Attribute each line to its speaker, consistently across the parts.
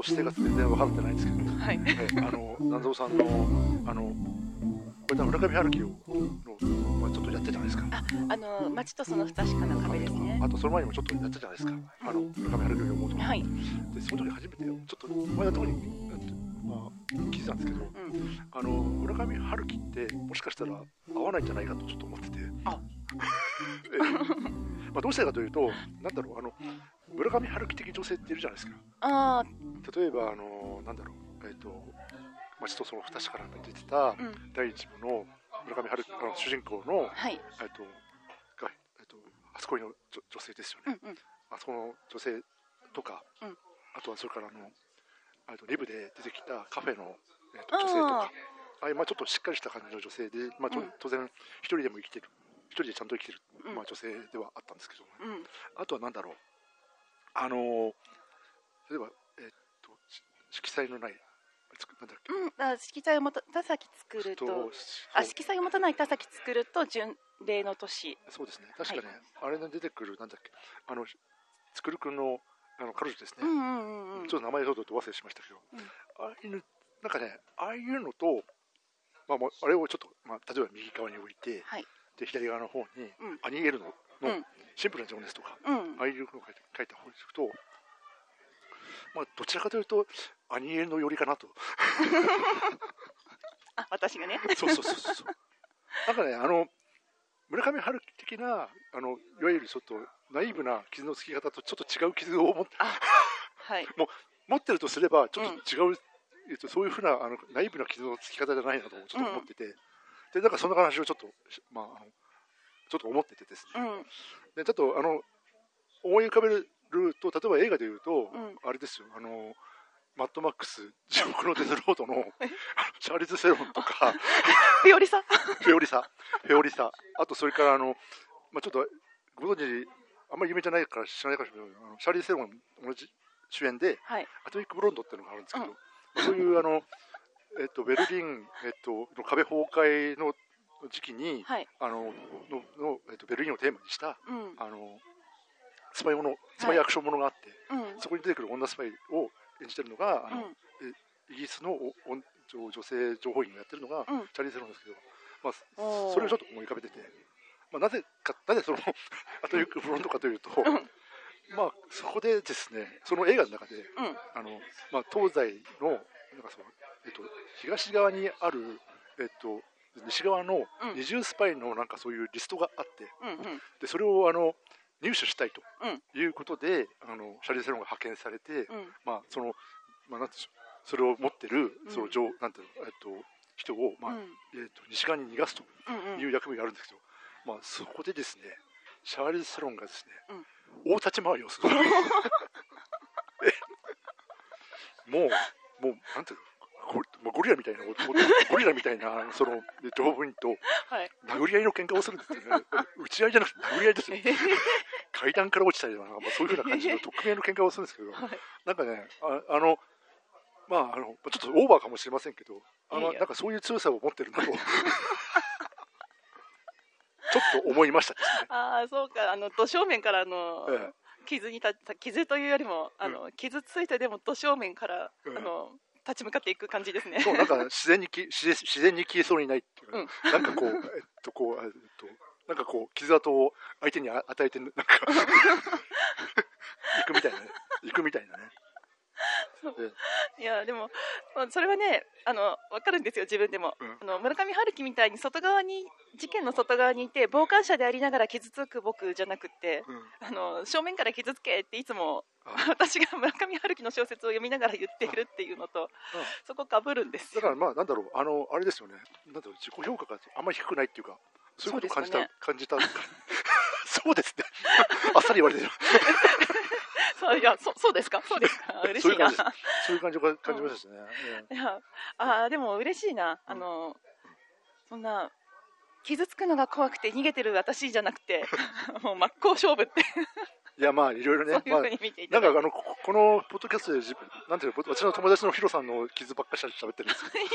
Speaker 1: 私生活全然分かってないんですけど、
Speaker 2: はい。
Speaker 1: 南蔵さんのこれ村上春樹の、まあ、ちょっとやってたじゃないですか。
Speaker 2: 街とその不確かな壁ですね。
Speaker 1: あとその前にもちょっとやったじゃないですか。村上春樹を読もうと。
Speaker 2: はい。
Speaker 1: でその時初めてちょっと前のところにまあ聞いてたんですけど、村上春樹ってもしかしたら合わないんじゃないかとちょっと思ってて。
Speaker 2: あ
Speaker 1: まあどうしてかというと、なんだろう村上春樹的女性っているじゃないですか。
Speaker 2: あ
Speaker 1: 例えばなんだろう街とその不確かなに出てた第一部の村上春樹主人公の、
Speaker 2: はい。
Speaker 1: があそこの女性ですよね。あそこの女性とか、あとはそれからリブで出てきたカフェの、女性とか、まあちょっとしっかりした感じの女性で、まあ当然一人でも生きてる、一人でちゃんと生きてる、まあ女性ではあったんですけど、あとはなんだろう例えば色彩のないなんだっけ、
Speaker 2: 色彩を田崎作ると色彩を持たない田崎作ると巡礼の都市。
Speaker 1: そうですね、確かね、あれに出てくるなんだっけ作るくんの彼女ですね、ちょっと名前ちょっと忘れしましたけど、ああいうなんかね、ああいうのと、まあ、あれをちょっと、まあ、例えば右側に置いて、で左側の方に、アニエルのシンプルな情熱とか、ああいうのを書いた方にすると、まあ、どちらかというとアニエルの寄りかなと。
Speaker 2: 私がね。
Speaker 1: そう。なんかね、村上春樹的ないわゆるちょっとナイーブな傷のつき方とちょっと違う傷を持ってるとすればちょっと違う、そういうふうなナイーブな傷のつき方じゃないなとちょっと思ってて、でなんかそんな話をちょっとまあちょっと思っててですね、でちょっと思い浮かべると、例えば映画でいうと、あれですよ、マッドマックス地獄のデスロードのチャーリーズ・セロンとか
Speaker 2: フェオリサあ
Speaker 1: とそれからまあ、ちょっとご存知あんまり有名じゃないから知らないかもしれないけど、チャーリーズ・セロン同じ主演で、アトミック・ブロンドっていうのがあるんですけど、そういうベルリン、の壁崩壊の時期に、ベルリンをテーマにした、スパイアクションものがあって、そこに出てくる女スパイを演じてるのがイギリスの女性情報員をやってるのがチャーリー・セロンですけど、まあ、それをちょっと思い浮かべてて、まあ、なぜそのアトミック・ブロンドかというと、まあ、そこでですね、その映画の中で、まあ、東西のなんか東側にある、西側の二重スパイのなんかそういうリストがあって、でそれを入手したいということで、シャリー・セロンが派遣されて、まあまあ、なんていうんでしょう、それを持ってるそのなんていうの、人を、まあ西側に逃がすという役目があるんですけど、まあ、そこでですね、シャーリーズ・セロンがですね、大立ち回りをする。もうなんていうの、ゴリラみたいなその情報員と殴り合いの喧嘩をするんですよね。打ち合いじゃなくて殴り合いですよ。階段から落ちたりとか、そういうふうな感じの匿名の喧嘩をするんですけど、なんかね、まあちょっとオーバーかもしれませんけど、なんかそういう強さを持ってるなとちょっと思いましたですね。
Speaker 2: そうか、ど正面から傷というよりも傷ついてでもど正面から立ち向かっていく感じですね。
Speaker 1: そう、なんか自然に消えそうにないっていうか、なんかこうなんかこう傷跡を相手に与えてなんか行くみたいなね。
Speaker 2: いやでもそれはね分かるんですよ、自分でも。村上春樹みたいに事件の外側にいて傍観者でありながら傷つく僕じゃなくて、正面から傷つけっていつも私が村上春樹の小説を読みながら言っているっていうのとそこかぶるんですよ。
Speaker 1: だからまあなんだろう、あれですよね、なんだろう、自己評価があんまり低くないっていうか、そういうことを感じたそうですね。あっさり言われてる。
Speaker 2: いや、そうですか。嬉しいな。
Speaker 1: そういう感じを感じましたね。
Speaker 2: いや、でも嬉しいな。そんな傷つくのが怖くて逃げてる私じゃなくて、もう真っ向勝負って。
Speaker 1: いやまあいろいろね。なんかこのポッドキャストでなんていうの、私の友達のヒロさんの傷ばっかり喋ってるんですけど。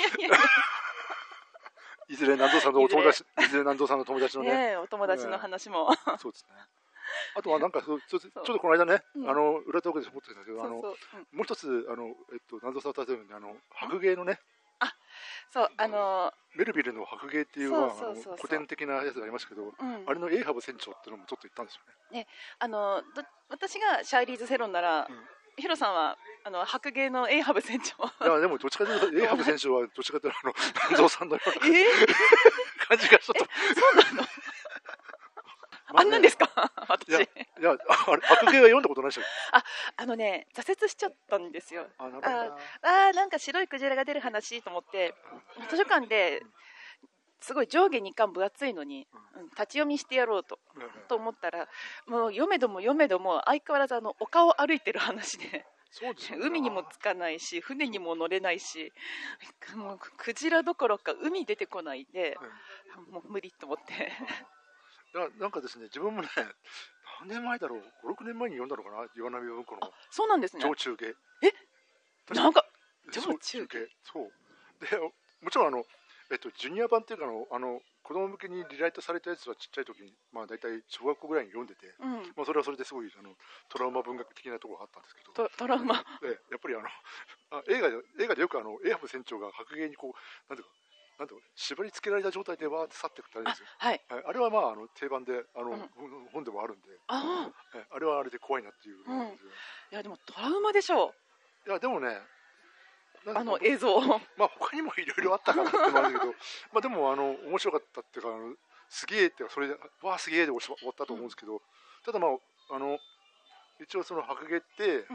Speaker 1: いずれ南蔵さんの友達のね。
Speaker 2: お友達の話も。
Speaker 1: そうですね。 あとはなんかちょっとこの間ね、裏トークで思ってたんだけど、もう一つ南蔵さんと例えば白芸のね、
Speaker 2: そう
Speaker 1: メルビルの白芸っていう古典的なやつがありますけど、あれのエイハブ船長っていうのもちょっと言ったんですよね。
Speaker 2: 私がシャーリーズ・セロンなら、ヒロさんは白芸のエイハブ船長。
Speaker 1: いやでもどっちかというとエイハブ船長はどっちかというと南蔵さんのような感じがちょっと。
Speaker 2: そうなの？あんなんですか？私。
Speaker 1: いや白芸は読んだことないでしょ。
Speaker 2: 挫折しちゃったんですよ。なんか白いクジラが出る話と思って図書館ですごい上下2巻分厚いのに、立ち読みしてやろうと思ったら、もう読めども相変わらず丘を歩いてる話で。海にも着かないし船にも乗れないし、もうクジラどころか海出てこないで、もう無理と思って。
Speaker 1: なんかですね、自分もね、何年前だろう、5、6年前に読んだのかな、岩波文庫の。
Speaker 2: そうなんですね。
Speaker 1: 上中下。
Speaker 2: なんか上中下。
Speaker 1: そう。で、もちろんジュニア版っていうか子供向けにリライトされたやつはちっちゃい時に、まあ大体小学校ぐらいに読んでて、まあそれはそれですごいトラウマ文学的なところがあったんですけど。
Speaker 2: トラウマ。
Speaker 1: やっぱり映画でよくエイハブ船長が白芸にこうなんていうか。縛り付けられた状態でわーって去っていくってあるんですよ。あれはまあ定番で本でもあるんで、あれはあれで怖いなっていう。
Speaker 2: いやでもトラウマでしょう。
Speaker 1: いやでもね、
Speaker 2: 映像。
Speaker 1: まあ他にもいろいろあったかなってのもあるけど、まあでも面白かったっていうかすげえってそれでわあすげえで終わったと思うんですけど、ただまあ一応その白芸って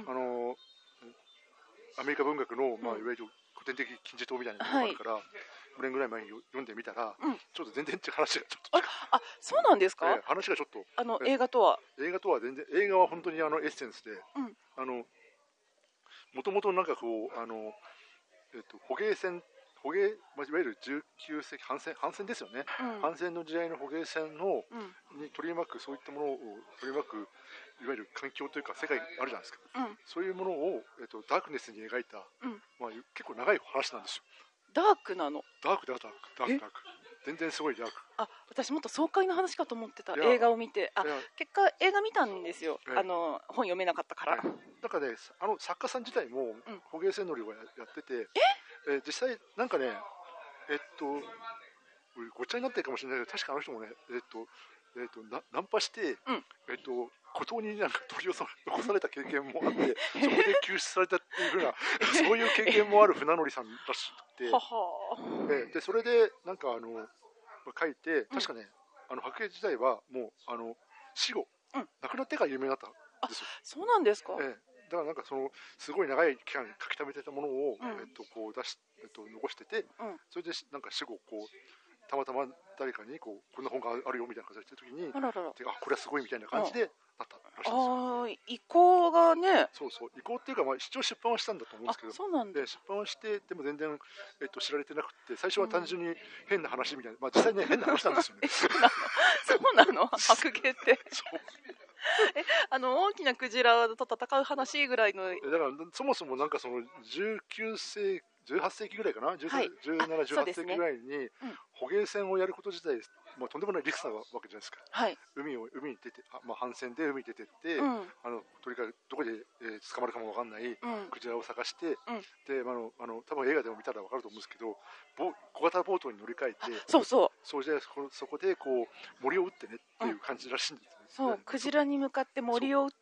Speaker 1: アメリカ文学のまあいわゆる古典的金字塔みたいなのがあるから。5年ぐらい前に読んでみたら、ちょっと全然違う話がちょっと
Speaker 2: そうなんですか？
Speaker 1: 話がちょっと
Speaker 2: 映画とは
Speaker 1: 全然、映画は本当にエッセンスで、もともとなんかこう捕鯨船いわゆる19世紀帆船ですよね、帆船の時代の捕鯨船に取り巻くそういったものを取り巻くいわゆる環境というか世界あるじゃないですか、そういうものをダークネスに描いた、まあ結構長い話なんですよ。
Speaker 2: ダークなの？
Speaker 1: ダーク全然すごいダーク。
Speaker 2: 私もっと爽快な話かと思ってた。映画を見て結果映画見たんですよ。本読めなかったから。
Speaker 1: なんかね、作家さん自体も捕鯨船乗りをやってて、実際なんかねごっちゃになってるかもしれないけど、確かあの人もねナンパして、孤島になんか取り残された経験もあってそこで救出されたっていうふうなそういう経験もある船乗りさんらしくて、でそれでなんか書いて、確かね白芸自体はもう死後、亡くなってから有名になったんですよ。
Speaker 2: そうなんですか？
Speaker 1: だからなんかすごい長い期間書き溜めてたものを、こう残してて、それでなんか死後こうたまたま誰かにこんな本があるよみたいな感じで言った時に、これはすごいみたいな感じでなったらしいんですよ。
Speaker 2: 意向がね。
Speaker 1: そう意向っていうか、まあ、一応出版はしたんだと思うんですけど、
Speaker 2: そうなんで
Speaker 1: 出版はしてでも全然、知られてなくて、最初は単純に変な話みたいな、まあ実際ね変な話なんですよね。
Speaker 2: そうなの？白芸って。大きなクジラと戦う話ぐらいの。だ
Speaker 1: からそもそもなんか18世紀ぐらいかな、17、18世紀ぐらいに捕鯨船をやること自体、まあ、とんでもないリスクなわけじゃないですか。海に出て、まあ、帆船で海に出てって、とにかくどこで、捕まるかも分かんないクジラを探して、で多分映画でも見たら分かると思うんですけど、小型ボートに乗り換えて、そこでこう森を打ってねっていう感じらしいんですよね。
Speaker 2: そう、クジラに向かって森を打って、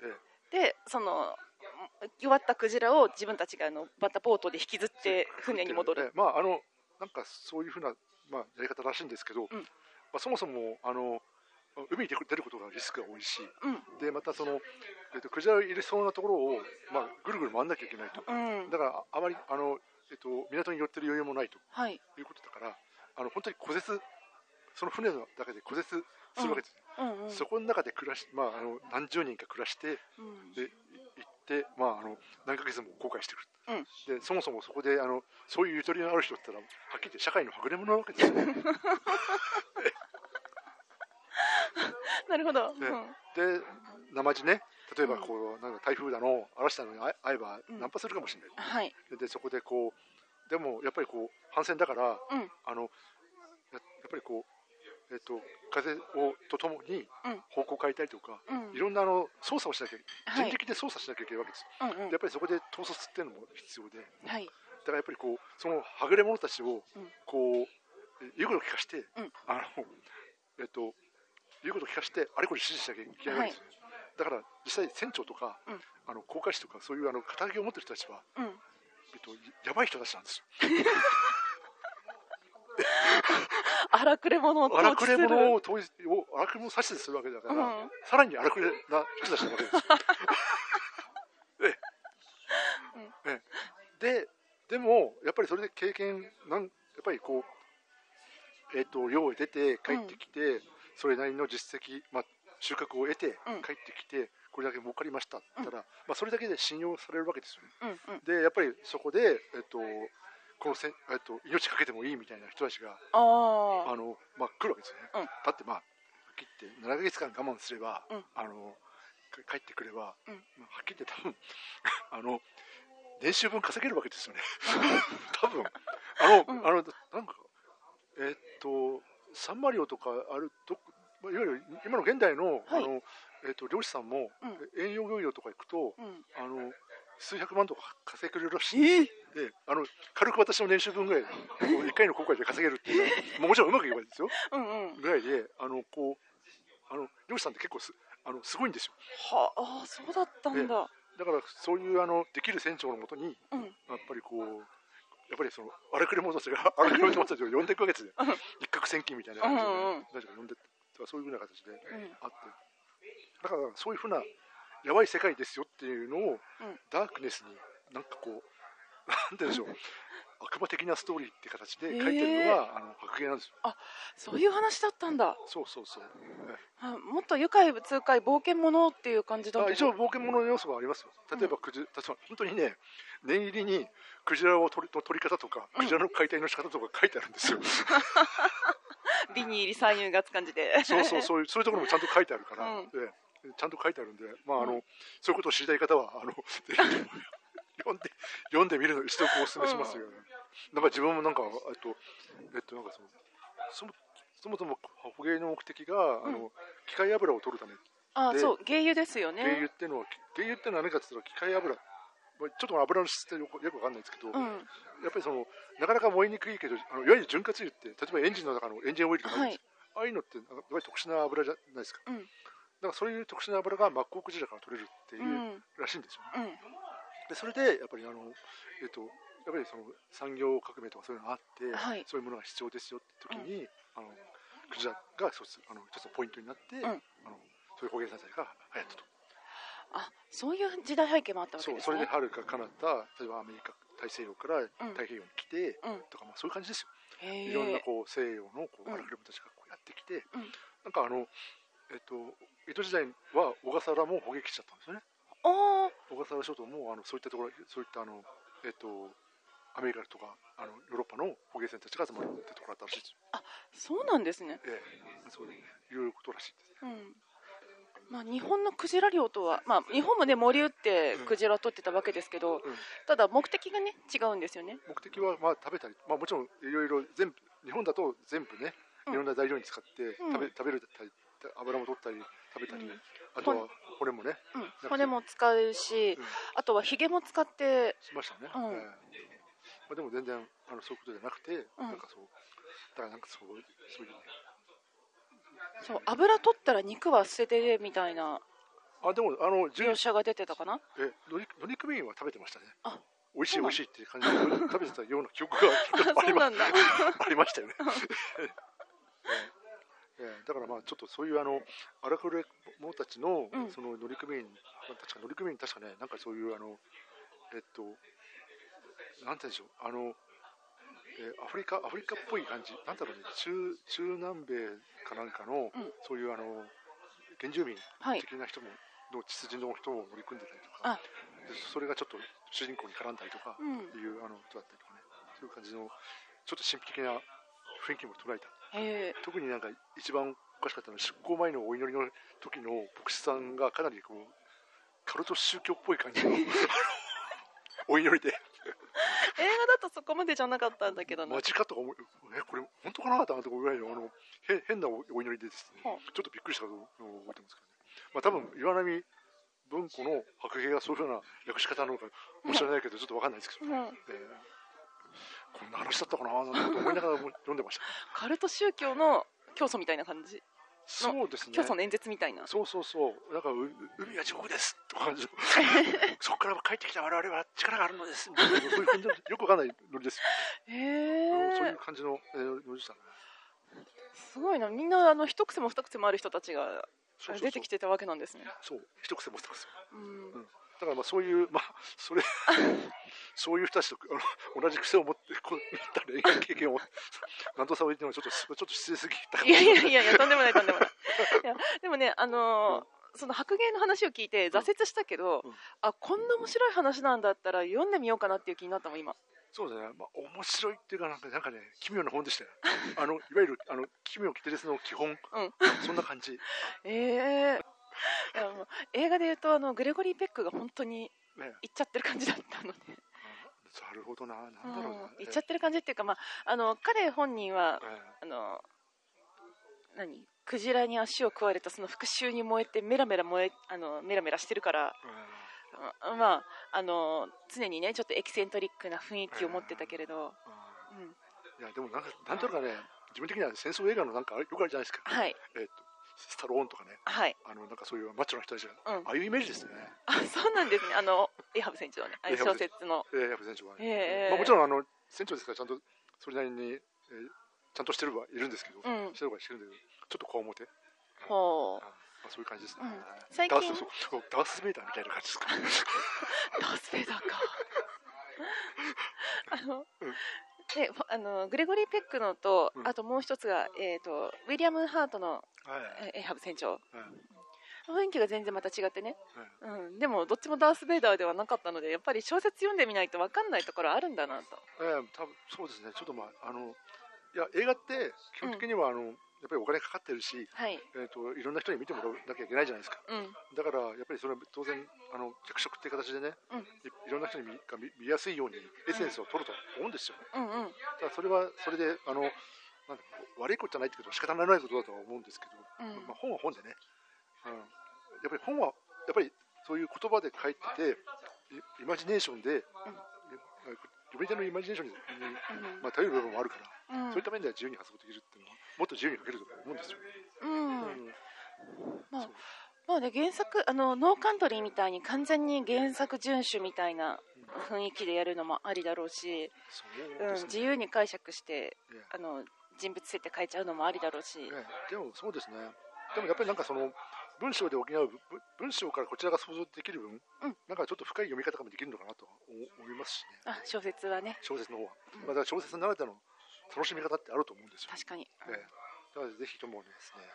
Speaker 2: で弱ったクジラを自分たちがまたボートで引きずって船に戻る。
Speaker 1: まあなんかそういうふうな、まあ、やり方らしいんですけど、まあ、そもそも海に出ることがリスクが多いし、でまたクジラを入れそうなところを、まあ、ぐるぐる回んなきゃいけないと、だからあまり港に寄ってる余裕もないと、いうことだから本当にその船の中で孤絶するわけです。そこの中でまあ、何十人か暮らして、で行って、まあ、何ヶ月も後悔してくる、でそもそもそこでそういうゆとりのある人だったらはっきり言って社会のはぐれ者なわけですよ。
Speaker 2: なるほど。
Speaker 1: で生地ね、例えばなんか台風だの嵐だのに会えばナンパするかもしれない、でそこででもやっぱり帆船だから、やっぱり風をとともに方向を変えたりとか、いろんな操作をしなきゃ、人力で操作しなきゃいけないわけですよ。やっぱりそこで統率っていうのも必要で、だからやっぱりそのはぐれ者たちを言うことを聞かして、言うことを聞かしてあれこれ指示しなきゃいけないわけですよ。だから実際船長とか航海士とかそういう肩書きを持ってる人たちは、やばい人たちなんですよ。
Speaker 2: 荒くれ者を統治する。荒くれ者を
Speaker 1: 指図するわけだから、さらに荒くれな人たちなわけですよ。でもやっぱりそれで経験やっぱり漁を出て帰ってきて、それなりの実績、収穫を得て帰ってきて、これだけ儲かりましたって言ったら、それだけで信用されるわけですよね。でやっぱりそこでこの命かけてもいいみたいな人たちが来るわけですよね。だってはっきり言って7ヶ月間我慢すれば、帰ってくれば、はっきり言って多分年収分稼げるわけですよね。多分なんかサンマリオとかあるいわゆる今の現代の漁師さんも遠洋漁業とか行くと数百万とか稼げるらしい。で軽く私の年収分ぐらい1回の航海で稼げるっていうのはもちろんうまくいけばですよぐらいで漁師さんって結構すごいんですよ。
Speaker 2: はあ、そうだったんだ。
Speaker 1: だからそういうできる船長のもとにやっぱりその荒くれ者たちが荒くれ者たちを呼んでいくわけですよ。一攫千金みたいな感じで呼んでそういうふうな形であって、だからそういうふうなやばい世界ですよっていうのをダークネスになんて言うんでしょう、悪魔的なストーリーって形で書いてるのが白芸なんですよ。
Speaker 2: あ、そういう話だったんだ。
Speaker 1: そう、
Speaker 2: もっと愉快痛快冒険者っていう感じだった。
Speaker 1: 一応冒険者の要素がありますよ。例えば本当にね、念入りにクジラを取り方とか、クジラの解体の仕方とか書いてあるんですよ。
Speaker 2: 美に入り三遊がつ感じで。
Speaker 1: そういうところもちゃんと書いてあるから、ちゃんと書いてあるんで、そういうことを知りたい方はぜひ読んでみるのを一度お勧めしますよね。なんか自分もなんかそもそも捕鯨の目的が機械油を取るためで、
Speaker 2: そう、鯨油ですよね。
Speaker 1: 鯨油っていうのは何かって言ったら機械油、ちょっと油の質ってよくわかんないですけど、やっぱりなかなか燃えにくいけどいわゆる潤滑油って、例えばエンジンの中のエンジンオイルとかあるんです、ああいうのってやっぱり特殊な油じゃないですか。だからそういう特殊な油がマッコウクジラから取れるっていうらしいんですよね。でそれでやっぱりやっぱり産業革命とかそういうのがあって、そういうものが必要ですよって時に、クジラが一つのポイントになって、そういう捕鯨産業が流行ったと。
Speaker 2: そういう時代背景もあったわけですね。
Speaker 1: それではるか彼方、例えばアメリカ大西洋から太平洋に来て、とかそういう感じですよ。いろんな西洋の荒くれ者たちがやってきて、なんか江戸時代は小笠原も捕鯨基地だったんですよね。小笠原諸島もそういったところ、そういったアメリカとかヨーロッパの捕鯨船たちが集まるってところだったらしいですよ。
Speaker 2: そうなんですね。
Speaker 1: そういういろいろことらしいです。
Speaker 2: 日本のクジラ漁とは、日本もね森打ってクジラを取ってたわけですけど、ただ目的がね違うんですよね。
Speaker 1: 目的は食べたり、もちろんいろいろ全部日本だと全部ね、いろんな材料に使って食べるだったり、油も取ったり食べたり、あとは骨もね、
Speaker 2: 骨も使うし、あとはヒゲも使って
Speaker 1: しましたね。でも全然そういうことじゃなくて、なんかだからなんかそういう
Speaker 2: 油取ったら肉は捨ててみたいな
Speaker 1: でも
Speaker 2: 描写が出てたかな。
Speaker 1: 乗組員は食べてましたね。美味しい美味しいっていう感じで食べてたような記憶がありましたよね。だからちょっとそういう荒くれ者たちのその乗組員、確かね、なんかそういうなんて言うんでしょう、アフリカっぽい感じ、なんだろうね、中南米かなんかの、そういう原住民的な人もの血筋の人も乗り組んでたりとか、それがちょっと主人公に絡んだりとかいう人だったりとかね、そういう感じのちょっと神秘的な雰囲気も捉えた。特になんか一番おかしかったのは出航前のお祈りの時の牧師さんがかなりカルト宗教っぽい感じのお祈りで
Speaker 2: 画だとそこまでじゃなかったんだけどな。
Speaker 1: マジかとか思う、これ本当かなと思うぐらいの変なお祈りでですね、ちょっとびっくりしたのを覚えてますけどね。まあ多分岩波文庫の白芸がそういうふうな訳し方なのかもしれないけど、ちょっと分かんないですけど、こんな話だったかななんて思いながら読んでました。
Speaker 2: カルト宗教の教祖みたいな感じ。
Speaker 1: そうですね。
Speaker 2: 教祖の演説みたいな。
Speaker 1: そう。なんか海は地獄ですとかそこから帰ってきた我々は力があるのですみたいな、そういう感じのよくわかんないノリです。そういう感じのノリでしたね。
Speaker 2: すごいな、みんな一癖も二癖もある人たちが出てきてたわけなんですね。
Speaker 1: そう一癖も二癖も。だからまあそういうそういう人たちと同じ癖を持ってこういった恋愛経験を何とさを言ってもちょっと失礼すぎた。
Speaker 2: いやとんでもない。いやでもねその白芸の話を聞いて挫折したけど、こんな面白い話なんだったら読んでみようかなっていう気になったもん今。
Speaker 1: そうですね。まあ面白いっていうかなんかね奇妙な本でしたよ。いわゆる奇妙キテレスの基本、そんな感じ。
Speaker 2: 映画でいうとグレゴリー・ペックが本当にいっちゃってる感じだったので、
Speaker 1: なるほどな、なんだろうな、
Speaker 2: いっちゃってる感じっていうか、彼本人はクジラに足を食われたその復讐に燃えてメラメラしてるから、常にねちょっとエキセントリックな雰囲気を持ってたけれど、
Speaker 1: いやでもなんとなくね、自分的には戦争映画のなんかよくあるじゃないですか。スタローンとかね、なんかそういうマッチョな人たちが、ああいうイメージですね。
Speaker 2: そうなんですね。エハブ船長ね、小説の
Speaker 1: エハブ船長はね、もちろん船長ですからちゃんとそれなりにちゃんとしてるはいるんですけど、してるんだけどちょっとこわもて、そういう感じですね。
Speaker 2: 最近
Speaker 1: ダース・ベイダーみたいな感じですか。
Speaker 2: ダース・ベイダーか。グレゴリー・ペックのと、あともう一つが、ウィリアム・ハートのエハブ船長、雰囲気が全然また違ってね、でもどっちもダース・ベイダーではなかったので、やっぱり小説読んでみないと分かんないところあるんだなと。
Speaker 1: 多分そうですね。ちょっといや映画って基本的にはやっぱりお金かかってるし、いろんな人に見てもらわなきゃいけないじゃないですか。だからやっぱりそれは当然脚色っていう形でね、いろんな人に見やすいようにエッセンスを取ると思うんですよ。ただそれはそれで悪いことじゃないけど仕方ないことだとは思うんですけど、本は本でね、やっぱり本はやっぱりそういう言葉で書いててイマジネーションで、読み手のイマジネーションに頼る部分もあるから、そういった面では自由に発想できるっていうのはもっと自由に書けると思うんですよ。
Speaker 2: 原作ノーカントリーみたいに完全に原作遵守みたいな雰囲気でやるのもありだろうし、自由に解釈して人物設定変えちゃうのもありだろうし、
Speaker 1: でもそうですね。でもやっぱりなんかその文章で補う文章からこちらが想像できる分、なんかちょっと深い読み方ができるのかなと思いますしね。
Speaker 2: 小説はね。
Speaker 1: 小説の方は、だから小説ならではの楽しみ方ってあると思うんですよ。
Speaker 2: 確かに。
Speaker 1: だからぜひともですね、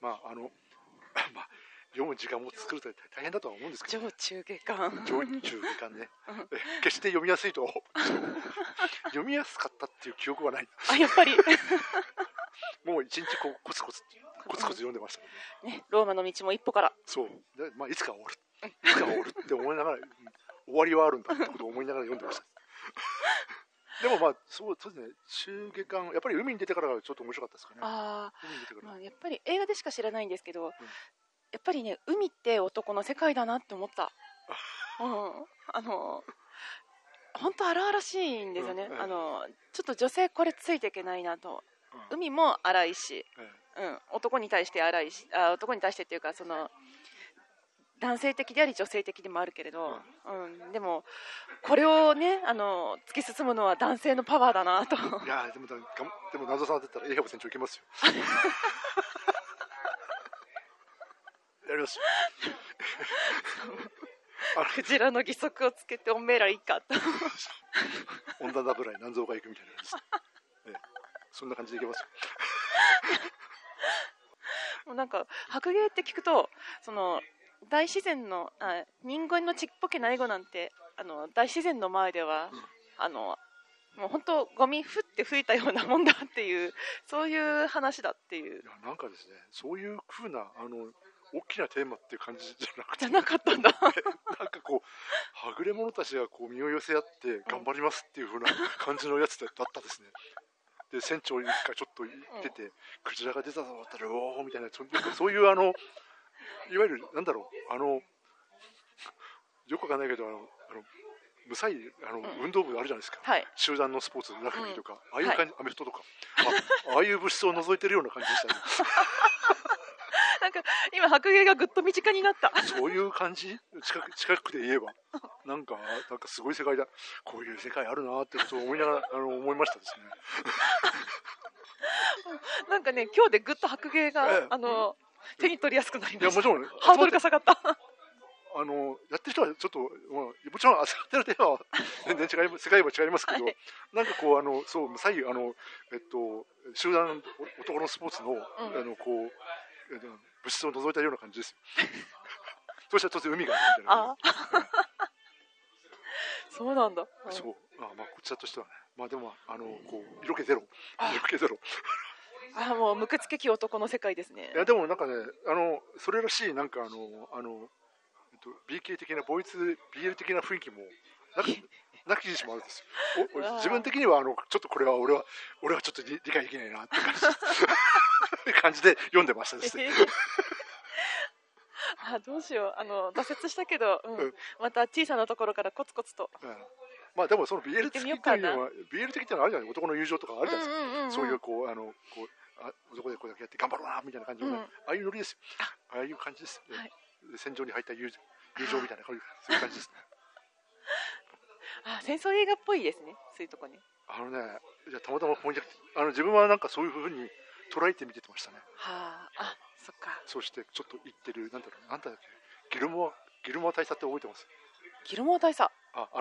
Speaker 1: 読む時間も作ると大変だとは思うんですけど、
Speaker 2: 上中下巻
Speaker 1: ね決して読みやすいと読みやすかったっていう記憶はない。
Speaker 2: やっぱり
Speaker 1: もう一日こうコツコツ読んでました
Speaker 2: ね。ローマの道も一歩から。
Speaker 1: そうで、いつか終わるって思いながら終わりはあるんだってことを思いながら読んでましたでもそうですね、中下巻やっぱり海に出てからがちょっと面白かったですかね。海に出てから、
Speaker 2: やっぱり映画でしか知らないんですけど、やっぱりね、海って男の世界だなって思った。本当荒々しいんですよね。ちょっと女性これついていけないなと。海も荒いし、男に対して荒いし、男に対してっていうかその男性的であり女性的でもあるけれど、でもこれをね突き進むのは男性のパワーだなと。
Speaker 1: いやでも謎さんだったらエハブ船長いけますよ。やります。
Speaker 2: クジラの義足をつけておめえらいいかと。
Speaker 1: 温暖油に南蔵が行くみたいなやつ。そんな感じでいけますよ。
Speaker 2: もうなんか白芸って聞くとその大自然の人間のちっぽけなエゴなんて大自然の前では、もう本当ゴミふって吹いたようなもんだっていうそういう話だっていう。
Speaker 1: いやなんかですね、そういう風な大きなテーマっていう感じじゃなくて、
Speaker 2: じゃなかったんだ
Speaker 1: なんかこうはぐれ者たちがこう身を寄せ合って頑張りますっていう風な感じのやつだったですね。で船長がちょっと言ってて、クジラが出たぞって言ったらおおみたいな、そういういわゆるなんだろう、よくわかんないけど無彩運動部あるじゃないですか、はい、集団のスポーツラグビーとか、ああいう感じ、アメフトとかああいう物質を覗いてるような感じでしたね
Speaker 2: なんか今白芸がぐっと身近になった。
Speaker 1: そういう感じ、近くで言えばなんかすごい世界だ、こういう世界あるなってことを思いながら思いましたですね
Speaker 2: なんかね、今日でぐっと白芸が、手に取りやすくなりました。
Speaker 1: いやもちろん、ね、
Speaker 2: ハードルが下がった
Speaker 1: やってる人はちょっと、もちろん扱ってるテーマは全然世界は違いますけど、はい、なんかこうそう左右集団男のスポーツの、こう物質を除いたような感じですよそうしたら突然海があるみたいな、
Speaker 2: そうなんだ、
Speaker 1: そう、まあこちらとしてはね、まあでもこう色気ゼロ
Speaker 2: もう無血気男の世界ですね。
Speaker 1: いやでもなんかね、それらしいなんかB 系的なボイス BL 的な雰囲気もなきにしもあるんですよ。自分的にはちょっとこれは俺はちょっと理解できないなって感じで読んでましたですね
Speaker 2: どうしよう、挫折したけど、また小さなところからコツコツと、
Speaker 1: まあでもその BL 的っていうのは BL 的っていうのはあるじゃない、男の友情とかあるじゃないですか、そういうこう男でこれだけやって頑張ろうなみたいな感じの、ね、ああいうノリですよ、ああいう感じです、はい、戦場に入った友情みたいな、そういう感じですね
Speaker 2: 戦争映画っぽいですね、そういうとこね。
Speaker 1: じゃたまたま自分はなんかそういうふうに捉えて見てましたね。
Speaker 2: そっか。
Speaker 1: そしてちょっと言ってるなんだっけ、ギルモア大佐って覚えてます？
Speaker 2: ギルモア大佐。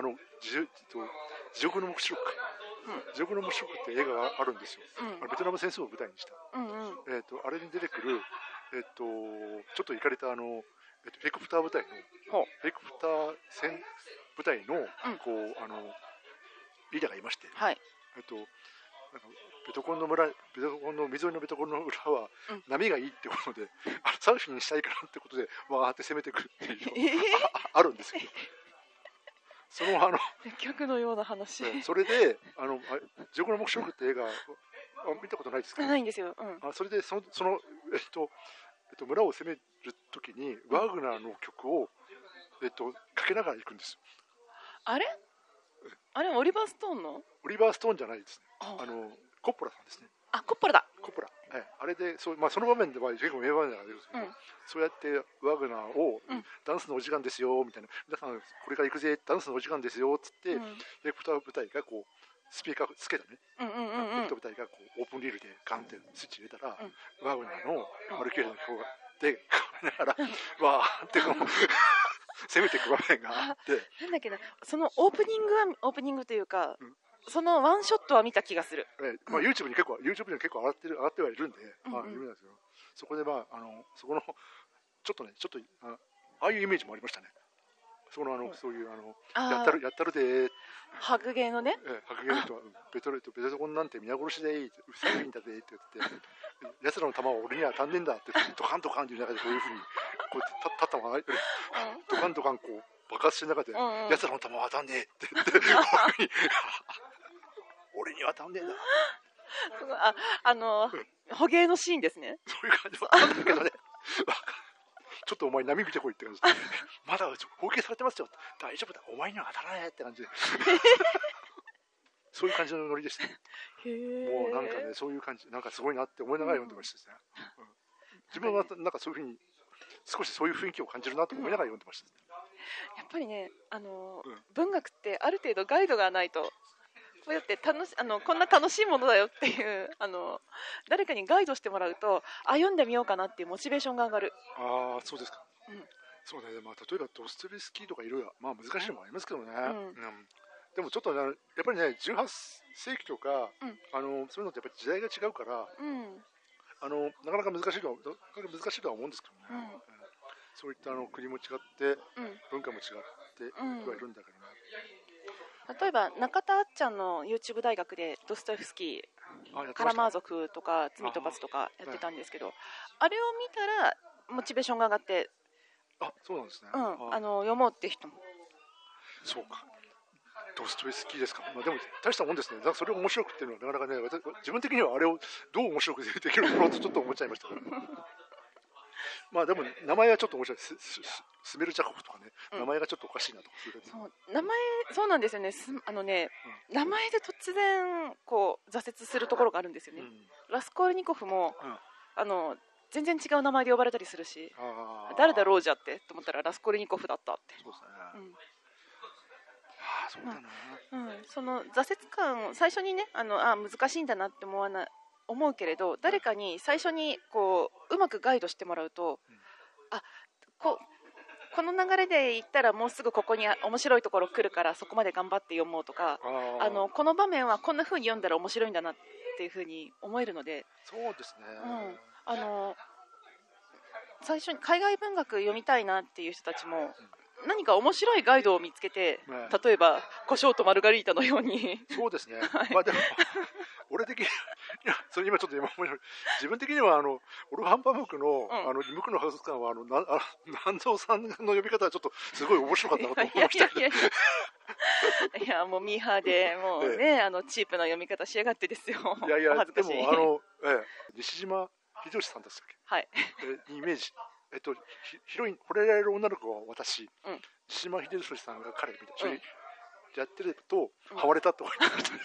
Speaker 1: 地獄の黙示録。地獄の黙示録って映画があるんですよ。ベトナム戦争を舞台にした。あれに出てくるちょっとイカれたヘリコプター部隊のヘリコプター戦部隊のこうリーダーがいまして、なんかベトコンの湖のベトコンの裏は波がいいってことで、サーフィンにしたいからってことでわーって攻めてくるっていうあるんですけど、その
Speaker 2: 逆のような話。
Speaker 1: それで地獄の黙示録って映画見たことないですか？
Speaker 2: ないんですよ。
Speaker 1: それでその村を攻めるときにワーグナーの曲をかけながら行くんです。
Speaker 2: あれオリバーストーンの？
Speaker 1: オリバーストーンじゃないですね。コッポラさんですね。
Speaker 2: コッポラだ。
Speaker 1: コッポラ。あれでその場面では結構名場面が出るんですけど、そうやってワーグナーをダンスのお時間ですよみたいな、皆さんこれから行くぜダンスのお時間ですよっつって、ヘリコプター部隊がこうスピーカーつけたね、ヘリコプター部隊がこうオープンリールでガンってスイッチ入れたら、ワーグナーのマルキューレの曲でかめながらわーってこう攻めていく場面があって、
Speaker 2: なんだっけな、そのオープニングというか、そのワンショットは見た気がする。
Speaker 1: YouTube に結構上がってはいるんで、有名なんですけど、そこでそこのちょっとああいうイメージもありましたね。そういうやったるで
Speaker 2: 白芸のね、
Speaker 1: 白芸の人はベトコンなんて皆殺しでいい、うさいんだぜって言って奴らの弾は俺には足んねえんだってドカンドカンっていう中でこういうふうにこう立ったままドカンドカンこう爆発してる中で奴らの弾は足んねえって言って俺には足んねえんだ。
Speaker 2: 捕鯨のシーンですね。
Speaker 1: そういう感じはあったけどね。ちょっとお前波見てこいって感じでまだ放棄されてますよ、大丈夫だ、お前には当たらないって感じでそういう感じのノリでしたね。もうなんかね、そういう感じ、なんかすごいなって思いながら読んでましたね。自分はなんかそういうふうに少しそういう雰囲気を感じるなと思いながら読んでましたね。
Speaker 2: やっぱりね、文学ってある程度ガイドがないと、こうやってこんな楽しいものだよっていう誰かにガイドしてもらうと、読んでみようかなっていうモチベーションが上がる。
Speaker 1: そうですか。そうね、例えばドストエフスキーとかいろいろ難しいのもありますけどね。でもちょっとね、やっぱりね、18世紀とか、そういうのってやっぱり時代が違うから、なかなか難しいとは思うんですけどね。そういった国も違って、文化も違ってはいるんだけどね。
Speaker 2: 例えば中田あっちゃんの YouTube 大学でドストエフスキー、カラマーゾフとか罪と罰とかやってたんですけど、あれを見たらモチベーションが上がって、
Speaker 1: そうなんですね。
Speaker 2: 読もうって人も。
Speaker 1: そうか。ドストエフスキーですか。でも大したもんですね。それを面白くっていうのはなかなかね、自分的にはあれをどう面白くできるのかとちょっと思っちゃいましたから。でも名前はちょっと面白い。スメルジャコフとかね、名前がちょっとおかしいなと。
Speaker 2: そうなんですよね。名前で突然こう挫折するところがあるんですよね。ラスコールニコフも、全然違う名前で呼ばれたりするし、誰だろうじゃってと思ったらラスコールニコフだったって。そうですね。そうだな。その挫折感、最初にね、難しいんだなって思うけれど、誰かに最初にこううまくガイドしてもらうと、この流れで言ったらもうすぐここに面白いところ来るからそこまで頑張って読もうとか、この場面はこんな風に読んだら面白いんだなっていう風に思えるので。そうですね。最初に海外文学読みたいなっていう人たちも、何か面白いガイドを見つけて、例えば胡椒とマルガリータのように。そうですね。でも俺的にそれ今ちょっと自分的にはオルハンパムクの無垢の博物館は南蔵さんの呼び方はちょっとすごい面白かったなと思いましたけど。いやもうミーハーでもうね、チープな読み方しやがってですよ。恥ずかしい。でも西島秀吉さんですっけ。はい。イメージ。ヒロイン、惚れられる女の子は私、西島秀俊さんが彼みたいな、やってると、ハマれたとか言ってました。い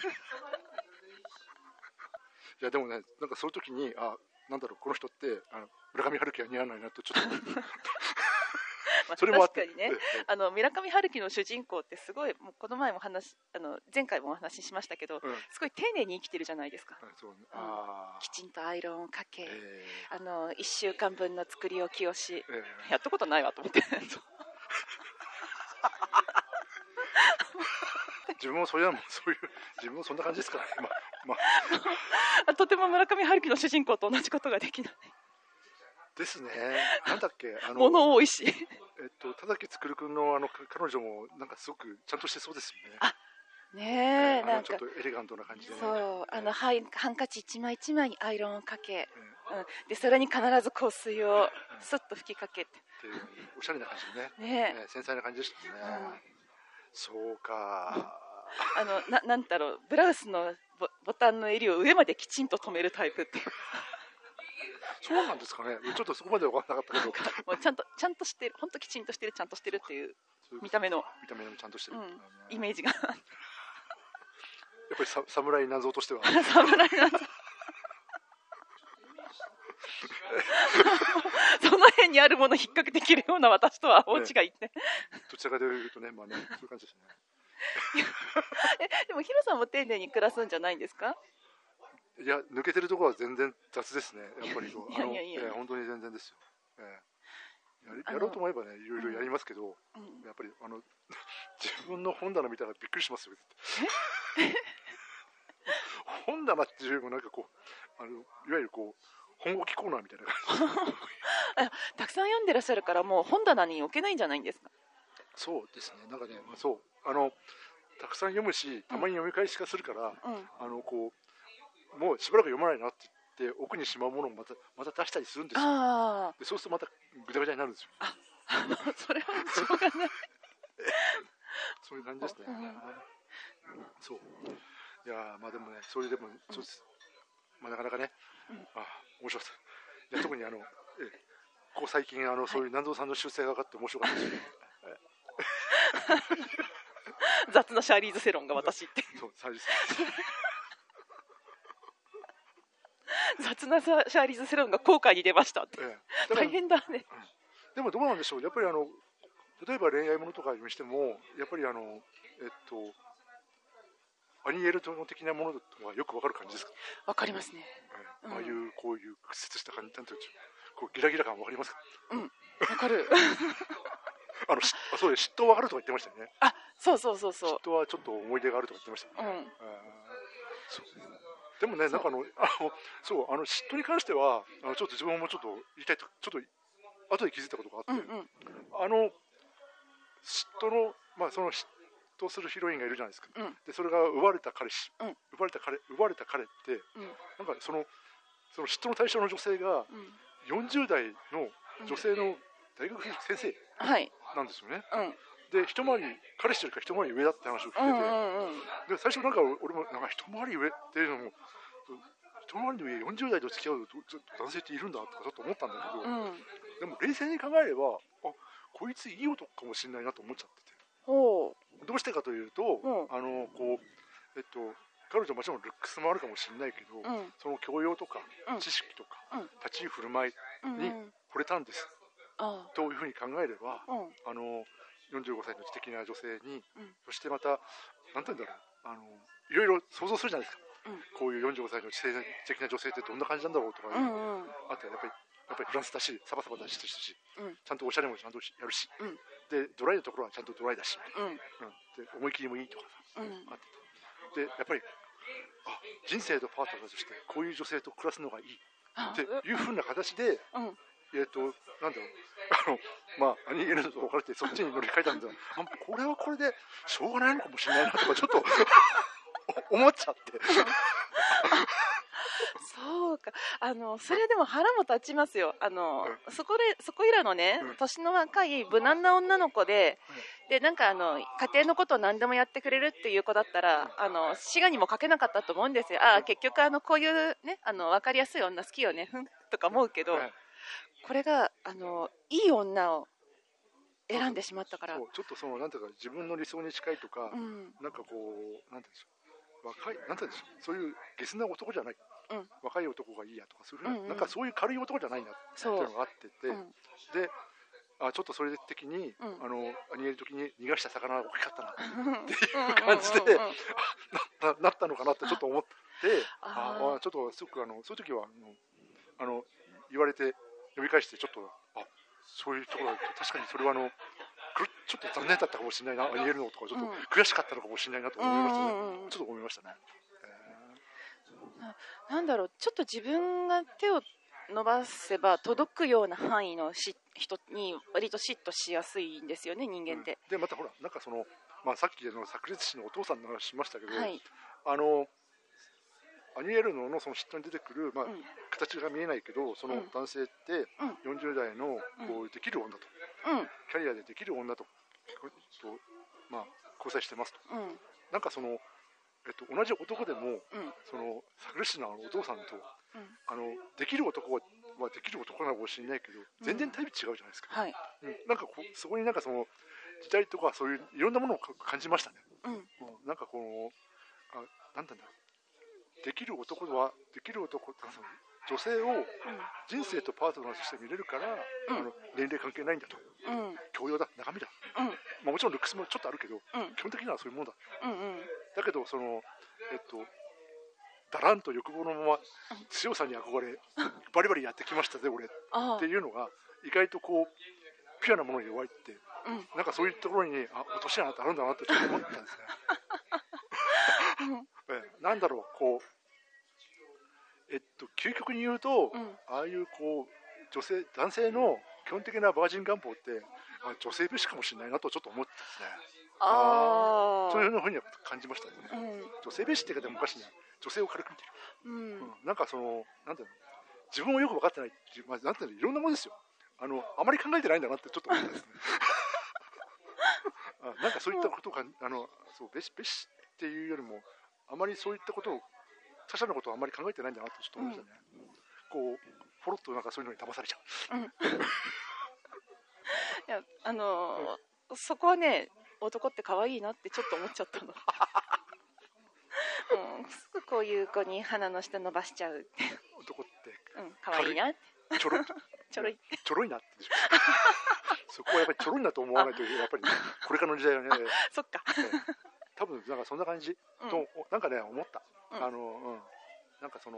Speaker 2: や、でもね、なんかそういう時に、なんだろう、この人って、村上春樹は似合わないなと、ちょっと。それも確かにね、村上春樹の主人公ってすごい、もうこの前も前回もお話ししましたけど、すごい丁寧に生きてるじゃないですか。きちんとアイロンをかけ、1週間分の作り置きをし、やったことないわと思って。自分も自分もそんな感じですからね。とても村上春樹の主人公と同じことができない。ですね。なんだっけ、物多いし。田崎つくるくんの彼女もなんかすごくちゃんとしてそうですよね。ねえ、なんかちょっとエレガントな感じで、ね。そう、ハンカチ一枚一枚にアイロンをかけ、でそれに必ず香水をスッと吹きかけて。っていうおしゃれな感じでね。繊細な感じでしたね。そうか。なんだろう、ブラウスのボタンの襟を上まできちんと留めるタイプっていう。そうなんですかね。ちょっとそこまで分からなかったけど、もうちゃんとしてる、本当きちんとしてる、ちゃんとしてるっていう見た目のちゃんとしてる、イメージが。やっぱり侍謎としては。侍謎。その辺にあるもの引っ掛けてきるような私とは大違いね。どちらかというとね、そういう感じですね。でもヒロさんも丁寧に暮らすんじゃないんですか？いや、抜けてるところは全然雑ですね。やっぱり本当に全然ですよ。やろうと思えばね、いろいろやりますけど、やっぱり自分の本棚見たらびっくりしますよ。本棚っていうよりもなんかこういわゆるこう本置きコーナーみたいな感じ。たくさん読んでらっしゃるからもう本棚に置けないんじゃないんですか？そうですね。なんかね、そうたくさん読むし、たまに読み返しがするから、こうもうしばらく読まないなって言って奥にしまうものをまた出したりするんですよ。でそうするとまたぐちゃぐちゃになるんですよ。それはしょうがない。そういう感じですね。そう。いやでもね、それでもそうです。なかなかね、面白かった。いや特にここ最近そういう南蔵さんの修正が分かって面白かったですよ。雑なシャーリーズ・セロンが私って。そう、シャーリーズ。雑なシャーリーズ・セロンが後悔に出ましたって。大変だね。でもどうなんでしょう。やっぱり例えば恋愛ものとかにしてもやっぱりアニエルト的なものはよくわかる感じですか？わかりますね。こういう屈折した感じなんていうこうギラギラ感わかりますか？わかる。そうです。嫉妬はあるとか言ってましたよね。そう。嫉妬はちょっと思い出があるとか言ってましたね。でもね、なんかそう嫉妬に関してはちょっと自分もちょっと言いたいとちょっと後で気づいたことがあって、嫉妬のその嫉妬するヒロインがいるじゃないですか。でそれが奪われた彼氏、奪われた彼ってなんかその嫉妬の対象の女性が40代の
Speaker 1: 女性の大学先生なんですよね。で一回り彼氏よりか一回り上だって話を聞いてて、で最初なんか俺もなんか一回り上っていうのも一回りの上40代と付き合う男性っているんだとかちょっと思ったんだけど、でも冷静に考えればこいついい男かもしれないなと思っちゃってて、どうしてかというと、彼女はもちろんルックスもあるかもしれないけど、その教養とか知識とか、立ち居振る舞いに惚れたんです、というふうに考えれば、45歳の知的な女性に、そしてまたなんて言うんだろう、いろいろ想像するじゃないですか、こういう45歳の知的な女性ってどんな感じなんだろうとか、あとやっぱりフランスだしサバサバだし、ちゃんとおしゃれもちゃんとやるし、でドライなところはちゃんとドライだし、で思い切りもいいとかさ、あってでやっぱり人生とパートナーとしてこういう女性と暮らすのがいいっていうふうな形で、なんだろう、アニエルの分かれてそっちに乗り換えたんだ。これはこれでしょうがないのかもしれないなとかちょっと思っちゃって。
Speaker 2: そうか、それでも腹も立ちますよ。そこいらのね、年の若い無難な女の子で、なんか家庭のことを何でもやってくれるっていう子だったら、滋賀にもかけなかったと思うんですよ。結局こういうね、分かりやすい女好きよね、とか思うけど、これがいい女を選んでしまったから、
Speaker 1: ちょっとなんていうか自分の理想に近いとか、なんかこうなんていうんでしょう、若いなんていうんでしょう、そういうゲスな男じゃない。若い男がいいやとかそういうふうな、なんかそういう軽い男じゃないなっていうのがあってて、でちょっとそれ的に、アニエル時に逃がした魚が大きかったなっていう感じでなったのかなってちょっと思って、ちょっとすごくそういう時は言われて読み返してちょっとそういうところだと確かにそれはちょっと残念だったかもしれないな、アニエルのとかちょっと悔しかったのかもしれないなと思いましたね。ちょっと思いましたね。
Speaker 2: なんだろう、ちょっと自分が手を伸ばせば届くような範囲の人に割と嫉妬しやすいんですよね、人間って。
Speaker 1: でまたほらなんかさっきの炸裂師のお父さんの話しましたけど、アニエルノのその嫉妬に出てくる、形が見えないけどその男性って40代のこうできる女と、キャリアでできる女と、交際してますと、なんか同じ男でも、そのサクレシナのお父さんと、できる男はできる男なのかもしれないけど全然タイプ違うじゃないですか。なんかそこになんかその時代とかそういういろんなものを感じましたね。なんかなんだろう、できる男はできる男、女性を人生とパートナーとして見れるから、年齢関係ないんだと、教養だ、中身だ、もちろんルックスもちょっとあるけど、基本的にはそういうものだ、だけどだらんと欲望のまま強さに憧れバリバリやってきましたぜ俺っていうのが意外とこうピュアなものに弱いって、なんかそういうところに落とし穴ってあるんだなってちょっと思ったんですね。なんだろう、こう究極に言うと、ああいうこう男性の基本的なバージン願望って女性蔑視かもしれないなとちょっと思ってですね。そういうふうには感じましたね。女性蔑視って言い方もおかしいな、女性を軽く見てる、なんかなんていうの、自分をよく分かってないっていう、なんていうの、いろんなものですよ。あまり考えてないんだなってちょっと思ったんですね。なんかそういったことがそう蔑視っていうよりもあまりそういったことを他者のことをあまり考えてないんだなってちょっと思いましたね。こうポロッとなんかそういうのに騙されちゃう。
Speaker 2: いやそこはね、男って可愛いなってちょっと思っちゃったの。すぐこういう子に鼻の下伸ばしちゃう。
Speaker 1: 男って
Speaker 2: 可愛いなって。
Speaker 1: ちょろいなってでしょ。そこはやっぱりちょろいなと思わないとやっぱりこれからの時代はね。
Speaker 2: そっか。
Speaker 1: 多分なんかそんな感じとなんかね思った。なんか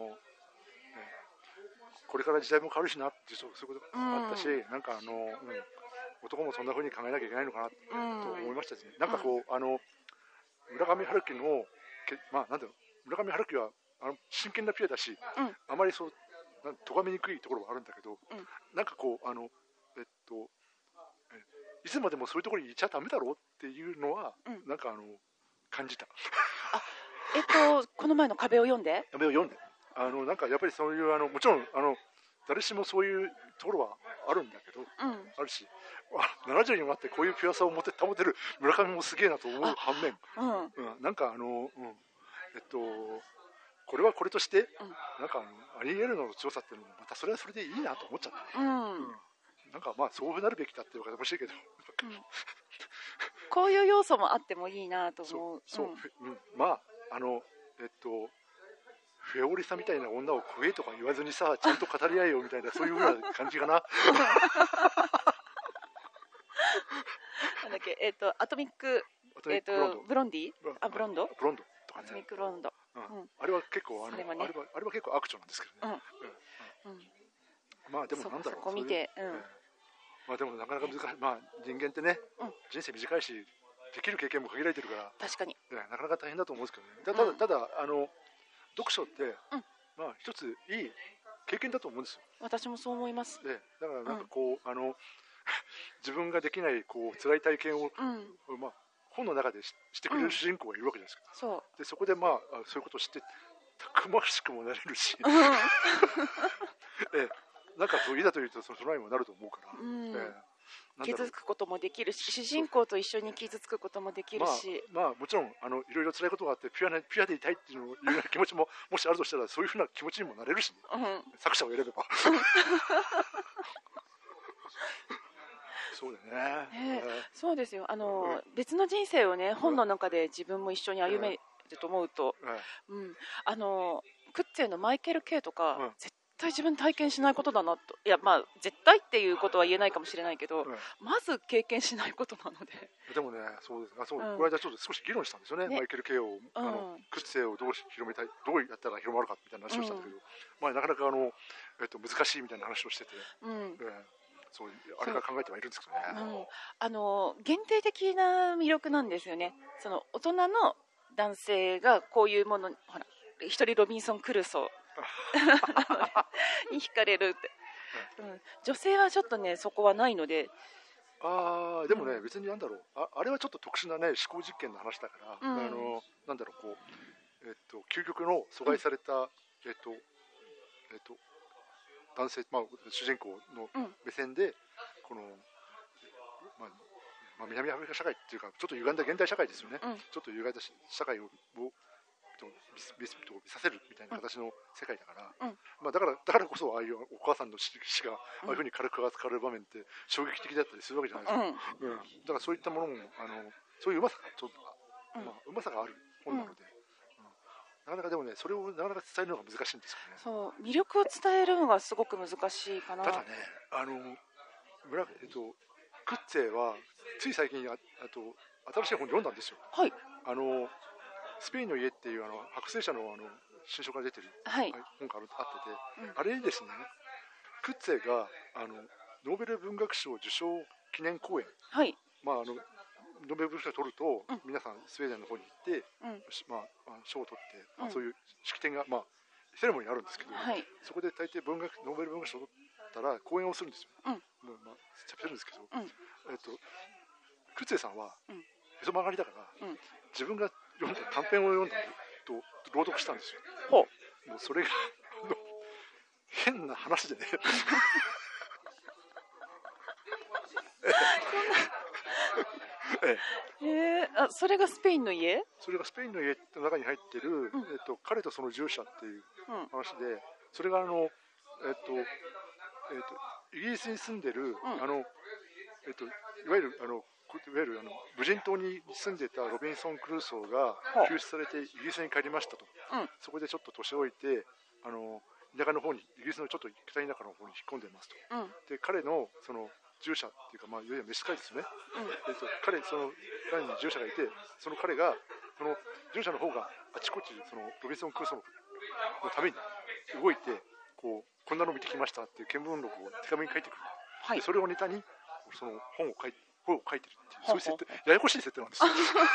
Speaker 1: これから時代も変わるしなってそういうことがあったし、なんか男もそんな風に考えなきゃいけないのかなと思いましたしね。なんかこう村上春樹のなんだろう、村上春樹は真剣なピュアだし、あまりそう咎めにくいところはあるんだけど、なんかこういつまでもそういうところにいちゃダメだろうっていうのは、なんか感じた。
Speaker 2: この前の壁を読んで
Speaker 1: なんかやっぱりそういうもちろん誰しもそういうところはあるんだけど、あるし、70にもなってこういうピュアさを保てる村上もすげえなと思う反面、なんかこれはこれとして、なんかアリエルの強さっていうのもまたそれはそれでいいなと思っちゃった、なんかまあそうなるべきだっていうかもしれないけど、
Speaker 2: こういう要素もあってもいいなと思う。
Speaker 1: まあフェオリサみたいな女を食えとか言わずにさ、ちゃんと語り合えよみたいな、そういうふうな感じかな。
Speaker 2: なんだっけ、アトミック、ブロンディ、ブロンド
Speaker 1: とかね。
Speaker 2: アトミックブロンド。
Speaker 1: あれは結構あれは結構アクチョンなんですけどね。まあでもなんだろう。
Speaker 2: そこ見て。
Speaker 1: まあでもなかなか難しい。まあ人間ってね、人生短いし、できる経験も限られてるから、
Speaker 2: 確かに。
Speaker 1: なかなか大変だと思うんですけどね。ただ読書って、まあ一ついい経験だと思うんですよ。
Speaker 2: 私もそう思います。
Speaker 1: だからなんかこう、自分ができこう辛い体験を、まあ本の中でしてくれる主人公がいるわけじゃないですか。でそこでまあそういうことを知ってたくましくもなれるし、なんかいざというとその備えもなると思うから。
Speaker 2: 傷つくこともできるし、主人公と一緒に傷つくこともできるし、
Speaker 1: まあもちろんいろいろ辛いことがあってピュアでいたいっていうような気持ちももしあるとしたら、そういうふうな気持ちにもなれるし、作者を選べば。そうだね。
Speaker 2: そうですよ。別の人生をね、本の中で自分も一緒に歩めると思うと、クッツェのマイケル・ケイとか、絶対自分体験しないことだなと。いや、まあ絶対っていうことは言えないかもしれないけど、まず経験しないことなので。
Speaker 1: でもね、そうです。この間ちょっと少し議論したんですよね。マイケル・ケイをクッツェをどう広めたい、どうやったら広まるかみたいな話をしたんだけど、まあなかなか難しいみたいな話をしてて。そうあれから考えてはいるんですけどね。
Speaker 2: 限定的な魅力なんですよね。その大人の男性がこういうもの、ほら、一人ロビンソン・クルーソーに惹かれるって、女性はちょっとねそこはないので。
Speaker 1: でもね、別になんだろう、あれはちょっと特殊なね思考実験の話だから、なんだろう、こう究極の阻害された男性、まあ、主人公の目線で、この、まあ、南アフリカ社会っていうか、ちょっと歪んだ現代社会ですよね。ちょっと歪んだ社会を見させるみたいな形の世界だから、まあ、だからこそああいうお母さんの死がああいうふうに軽く扱われる場面って衝撃的だったりするわけじゃないですか。だからそういったものもそういううまさがちょっと、うまさがある本なので。なかなかでもね、それをなかなか伝えるのが難しいんですよね。
Speaker 2: そう、魅力を伝えるのがすごく難しいかな。
Speaker 1: ただね、クッツェはつい最近新しい本読んだんですよ。
Speaker 2: はい。
Speaker 1: スペインの家っていう白星社の新書から出てる本があってて、あれにですね、クッツェがノーベル文学賞受賞記念講演、まあノーベル文学賞を取ると、皆さんスウェーデンの方に行って、賞を取って、そういう式典が、セレモニーあるんですけど、そこで大抵ノーベル文学賞を取ったら講演をするんですよ。喋るんですけど、クッツェさんはへそ曲がりだから、自分が読んだ短編を読んだと朗読したんですよ。もうそれが変な話でね。
Speaker 2: それがスペインの家？
Speaker 1: それがスペインの家の中に入ってる、彼とその従者っていう話で、それがイギリスに住んでる、いわゆる無人島に住んでたロビンソン・クルーソーが救出されてイギリスに帰りましたと。そこでちょっと年老いて田舎の方に、イギリスのちょっと北田舎の方に引っ込んでますと。で彼のその従者っていうか、いわゆる召使いですね。彼に従者がいて、その彼がその従者の方があちこちそのロビンソン・クルーソーのために動いて、こんなの見てきましたっていう見聞録を手紙に書いてくる。でそれをネタにその本を書いてるっていう、そういう設定、ややこしい設定なんですよ。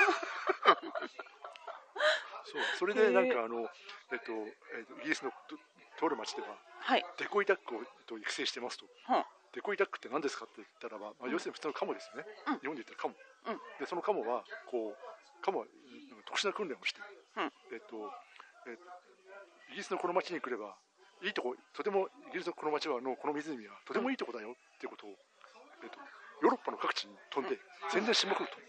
Speaker 1: それでなんかイギリスのとある町では、デコイダックを育成してますと。デコイダックって何ですかって言ったらば、要するに普通のカモですね。日本で言ったらカモ。でそのカモは特殊な訓練をして、イギリスのこの町に来ればいいとこ、とてもイギリスのこの町はこの湖はとてもいいとこだよっていうことを、ヨーロッパの各地に飛んで宣伝しまくると。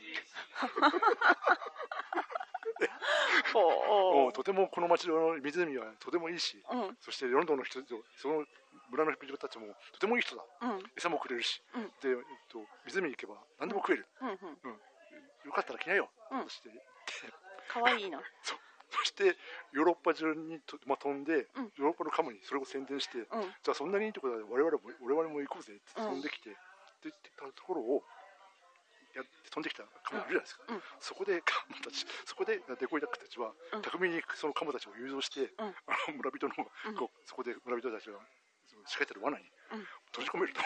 Speaker 1: とてもこの町の湖はとてもいいし、そしてロンドンの人、その村の人たちもとてもいい人だ、餌もくれるし、で、湖に行けば何でも食える、よかったら来なよ、そして
Speaker 2: かわいいな。
Speaker 1: そしてヨーロッパ中に飛んで、ヨーロッパのカムにそれを宣伝して、じゃあそんなにいいところで我々も行こうぜって飛んできて、って言ったところを飛んできたカモいるじゃないですか、そこでデコイダックたちは巧みにそのカモたちを誘導して、村人の、そこで村人たちが仕掛けてる罠に閉じ込めると。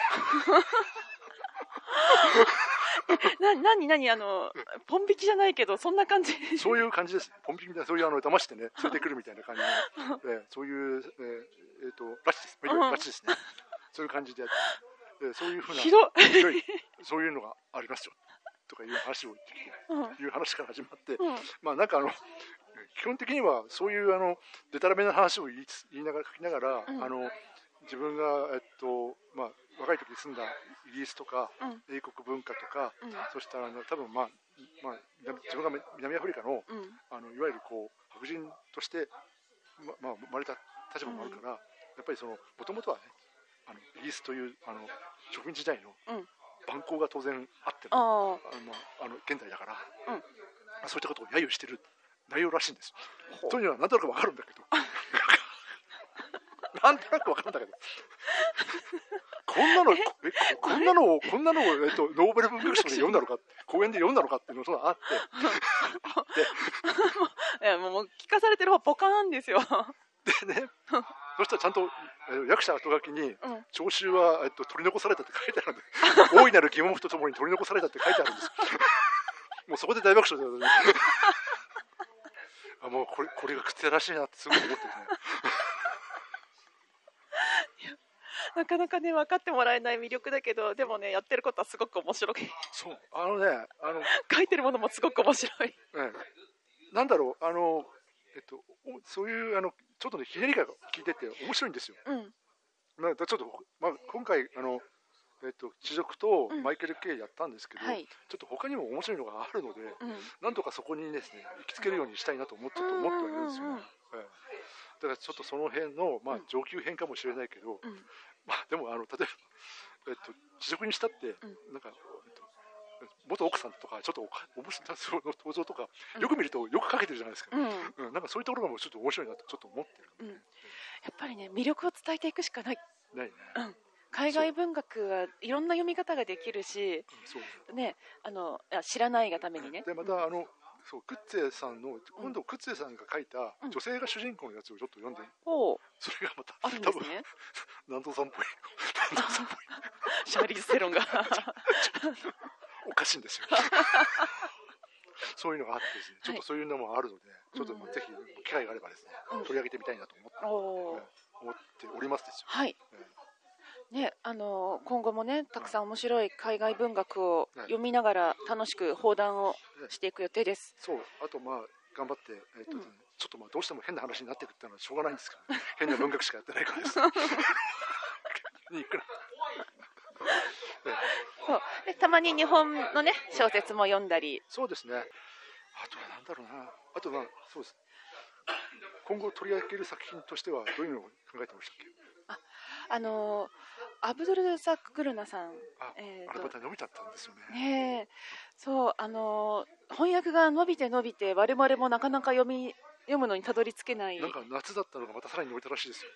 Speaker 2: 何ポン引きじゃないけどそんな感じ。
Speaker 1: そういう感じです。ポン引きみたいな、そういう騙してね連れてくるみたいな感じで、そういう拉致ですね。そういう感じで、そういうふうなそういうのがありますよとかいう話を言ってきて、いう話から始まって、まあなんか基本的にはそういうデタラメな話を言いながら書きながら、自分がまあ若い時に住んだイギリスとか、英国文化とか、そしたら多分まあ自分が南アフリカの、いわゆるこう白人として、まあ生まれた立場もあるから、やっぱりもともとはね、イギリスという植民地時代の蛮行が当然あっての、現代だから、そういったことを揶揄してる内容らしいんです。そういうのはなんとなくわかるんだけどなんとなくわかるんだけどこんなのをノーベル文学賞で読んだのか、講演で読んだのかっていうのがあって
Speaker 2: いやもう聞かされてる方ポカーンですよ。
Speaker 1: でね、そしたらちゃんと役者後書きに聴衆は取り残されたって書いてあるんで、大いなる疑問とともに取り残されたって書いてあるんです。もうそこで大爆笑だよね。もうこれが屈やらしいなってすごく思っててね。
Speaker 2: なかなかね分かってもらえない魅力だけど、でもねやってることはすごく面白い。
Speaker 1: そう
Speaker 2: 書いてるものもすごく面白い。
Speaker 1: なんだろうそういうちょっとねひねりが効いてて面白いんですよ。ちょっと今回地獄とマイケル・ケイやったんですけど、ちょっと他にも面白いのがあるので、なんとかそこにですね行きつけるようにしたいなと思ってはいるんですよ。だからちょっとその辺の上級編かもしれないけど、でも例えば地獄にしたってなんか元奥さんとかちょっとおぶしなその登場とかよく見るとよくかけてるじゃないですか。なんかそういうところがもうちょっと面白いなとちょっと思ってる。
Speaker 2: やっぱりね魅力を伝えていくしかない。
Speaker 1: ないね。
Speaker 2: 海外文学はいろんな読み方ができるし、ね知らないがためにね。
Speaker 1: でまたクッツェさんの今度クッツェさんが書いた女性が主人公のやつをちょっと読んで、それがまた
Speaker 2: あるんですね。
Speaker 1: 南東さんっぽい。
Speaker 2: シャーリーズ・セロンが
Speaker 1: おかしいんですよ。そういうのがあってですね、ちょっとそういうのもあるので、ちょっとぜひ機会があればですね、取り上げてみたいなと思っておりますですよ。
Speaker 2: はい。ね、今後もねたくさん面白い海外文学を読みながら楽しく放談をしていく予定です。
Speaker 1: そう、あと頑張って、ちょっとどうしても変な話になっていくってのはしょうがないんですけど、変な文学しかやってないからです。
Speaker 2: そうでたまに日本のね小説も読んだり。
Speaker 1: そうですね。あとはなんだろうな。あとそうです。今後取り上げる作品としてはどういうのを考えてましたっけ？
Speaker 2: アブドゥルザク・グルナさん、
Speaker 1: あれまた伸びちゃったんですよ
Speaker 2: ね。そう翻訳が伸びて我々もなかなか読むのにたどり着けない。
Speaker 1: なんか夏だったのがまたさらに伸びたらしいですよ。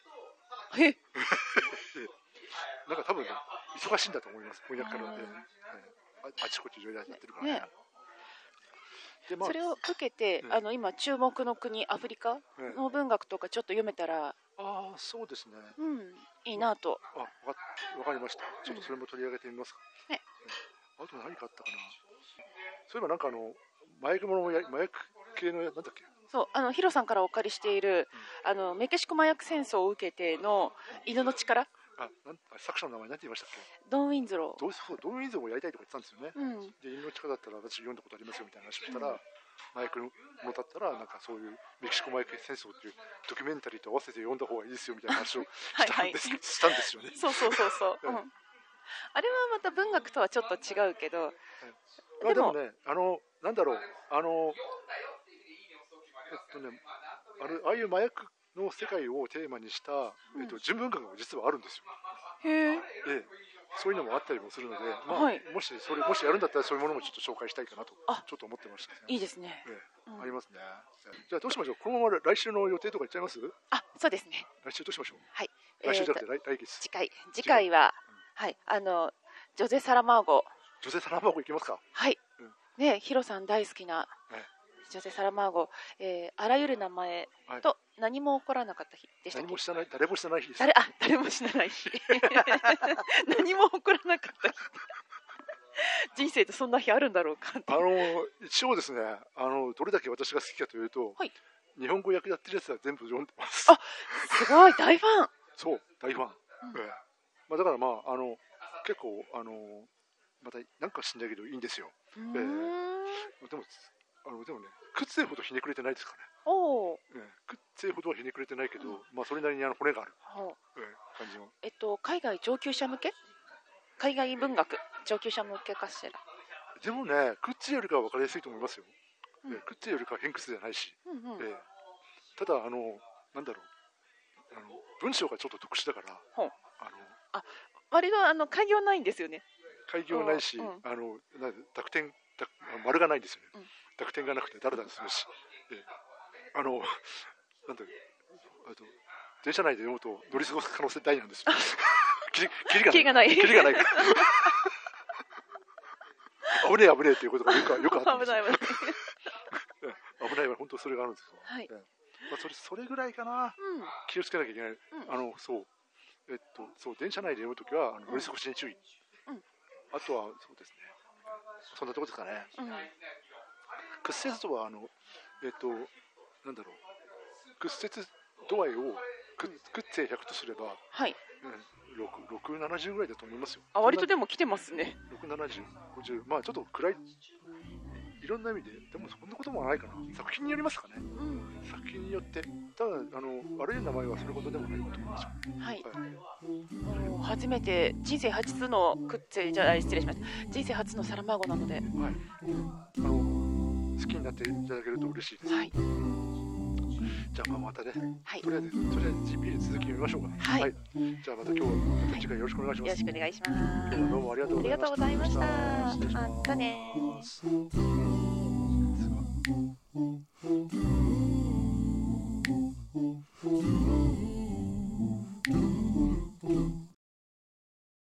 Speaker 1: なんか多分忙しいんだと思います。翻訳からで、あちこちいろいろやってるからね。
Speaker 2: でそれを受けて、今注目の国アフリカの文学とかちょっと読めたら、
Speaker 1: そうですね。
Speaker 2: いいなと。
Speaker 1: わかりました。ちょっとそれも取り上げてみますか。あと何かあったかな。そういえばなんか麻薬系のなんだっけ。
Speaker 2: そうヒロさんからお借りしている、メキシコ麻薬戦争を受けての犬の力。
Speaker 1: 作者の名前何て言いましたっけ？
Speaker 2: ドン・ウィンズロー。
Speaker 1: ドン・ウィンズローをやりたいとか言ってたんですよね。で、犬の力だったら私読んだことありますよみたいな話をしたら、麻薬のものだったらなんかそういうメキシコ麻薬戦争っていうドキュメンタリーと合わせて読んだ方がいいですよみたいな話をしたんですよね。
Speaker 2: そう。あれはまた文学とはちょっと違うけど、
Speaker 1: でもね、なんだろう、ああいう麻薬の世界をテーマにした、純文学が実はあるんですよ。そういうのもあったりもするので、もしやるんだったらそういうものもちょっと紹介したいかなとちょっと思ってました。
Speaker 2: いいですね。
Speaker 1: ありますね。じゃあどうしましょう。このまま来週の予定とかいっちゃいます？
Speaker 2: そうですね。
Speaker 1: 来週どうしましょう。
Speaker 2: はい。
Speaker 1: 来週じゃなくて来月。
Speaker 2: 次回はジョゼ・サラマーゴ。
Speaker 1: ジョゼ・サラマーゴいきますか。
Speaker 2: はい。ね、ヒロさん大好きなジョゼ・サラマーゴ、あらゆる名前と何も起こらなかった日でしたっけ？
Speaker 1: 誰も死なない日です。
Speaker 2: 誰も死なない日。何も起こらなかった日。人生ってそんな日あるんだろうかって。
Speaker 1: 一応ですね、どれだけ私が好きかというと、日本語訳やってるやつは全部読んでます。
Speaker 2: すごい大ファン。
Speaker 1: そう、大ファン。だから結構またなんか死んだけどいいんですよ。でもね、クッツェほどひねくれてないですかね。クッツェほどはひねくれてないけど、それなりに骨がある感じの。
Speaker 2: 海外上級者向け？海外文学上級者向けかしら。
Speaker 1: でもね、クッツェよりかは分かりやすいと思いますよ。クッツェよりかは偏屈じゃないし。ただなんだろう、文章がちょっと特殊だから。
Speaker 2: 割と開業ないんですよね。
Speaker 1: 開業ないし、濁点丸がないんですよね。濁点がなくてダラダラするし、なんだ電車内で読むと乗り過ごす可能性大なんですよ。キリがない。危ねえっていうことがよくあったんですよ。危ない本当それがあるんですよ。それぐらいかな。気をつけなきゃいけない。電車内で読むときは乗り過ごしに注意。あとはそうですね。そんなところですかね。屈折とはなんだろう、屈折度合いをクッツェ100とすれば、6、70ぐらいだと思いますよ。
Speaker 2: 割とでも来てますね。
Speaker 1: 6、70、50、ちょっと暗い、いろんな意味で、でもそんなこともないかな。作品によりますかね。作品によって、ただ悪い名前はそれほどでもないと思いますよ。
Speaker 2: 初めて人生初のクッツェ失礼しました。人生初のサラマーゴなので、
Speaker 1: 好きになっていただけると嬉しいです。じゃあまたね、とりあえず GP で続き見ましょうか。じゃあまた今日次回よろしくお願いします。
Speaker 2: よろしくお願いします。
Speaker 1: どうもありがとうございました。
Speaker 2: またね。